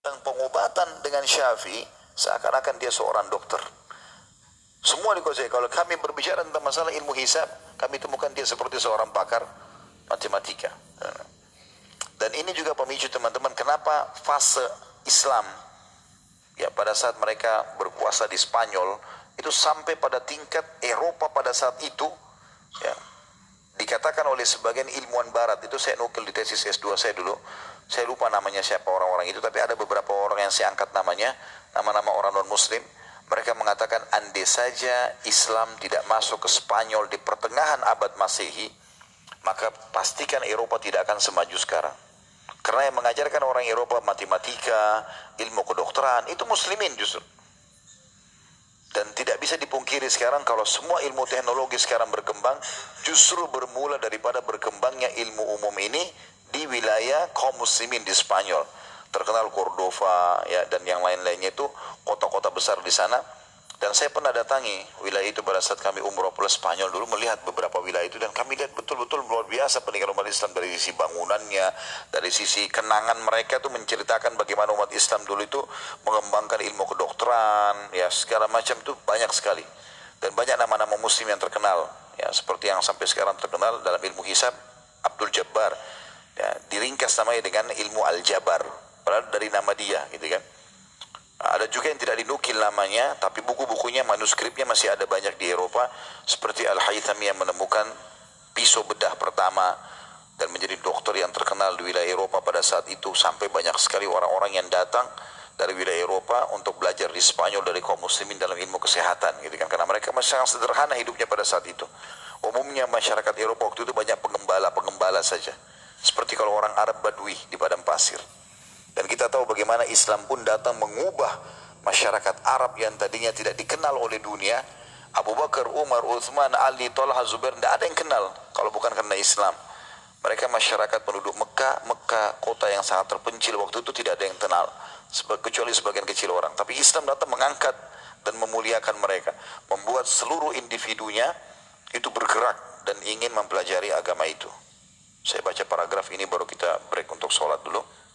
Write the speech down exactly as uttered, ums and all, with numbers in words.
pengobatan dengan Syafi'i seakan-akan dia seorang dokter. Semua dikuasai. Kalau kami berbicara tentang masalah ilmu hisab, kami temukan dia seperti seorang pakar matematika. Dan ini juga pemicu teman-teman kenapa fase Islam ya pada saat mereka berkuasa di Spanyol itu sampai pada tingkat Eropa pada saat itu ya dikatakan oleh sebagian ilmuwan barat. Itu saya nukil di tesis S dua saya dulu. Saya lupa namanya siapa orang-orang itu, tapi ada beberapa orang yang saya angkat namanya, nama-nama orang non-muslim. Mereka mengatakan andai saja Islam tidak masuk ke Spanyol di pertengahan abad Masehi, maka pastikan Eropa tidak akan semaju sekarang. Karena yang mengajarkan orang Eropa matematika, ilmu kedokteran, itu muslimin justru. Dan tidak bisa dipungkiri sekarang kalau semua ilmu teknologi sekarang berkembang, justru bermula daripada berkembangnya ilmu umum ini di wilayah kaum muslimin di Spanyol. Terkenal Cordova ya, dan yang lain-lainnya itu kota-kota besar di sana. Dan saya pernah datangi wilayah itu pada saat kami umroh pulang Spanyol dulu, melihat beberapa wilayah itu, dan kami lihat betul-betul luar biasa peninggalan umat Islam dari sisi bangunannya, dari sisi kenangan mereka itu menceritakan bagaimana umat Islam dulu itu mengembangkan ilmu kedokteran, ya segala macam itu banyak sekali. Dan banyak nama-nama muslim yang terkenal, ya seperti yang sampai sekarang terkenal dalam ilmu hisab, Abdul Jabbar, ya diringkas namanya dengan ilmu Al-Jabar, padahal dari nama dia, gitu kan. Ada juga yang tidak dinukil namanya, tapi buku-bukunya, manuskripnya masih ada banyak di Eropa, seperti Al-Haythami yang menemukan pisau bedah pertama dan menjadi dokter yang terkenal di wilayah Eropa pada saat itu, sampai banyak sekali orang-orang yang datang dari wilayah Eropa untuk belajar di Spanyol dari kaum muslimin dalam ilmu kesehatan, gitu kan, karena mereka masih sangat sederhana hidupnya pada saat itu. Umumnya masyarakat Eropa waktu itu banyak pengembala-pengembala saja, seperti kalau orang Arab Badui di padang pasir. Dan kita tahu bagaimana Islam pun datang mengubah masyarakat Arab yang tadinya tidak dikenal oleh dunia. Abu Bakar, Umar, Uthman, Ali, Talha, Zubair, tidak ada yang kenal kalau bukan karena Islam. Mereka masyarakat penduduk Mekah, Mekah kota yang sangat terpencil waktu itu, tidak ada yang kenal, kecuali sebagian kecil orang. Tapi Islam datang mengangkat dan memuliakan mereka, membuat seluruh individunya itu bergerak dan ingin mempelajari agama itu. Saya baca paragraf ini baru kita break untuk sholat dulu.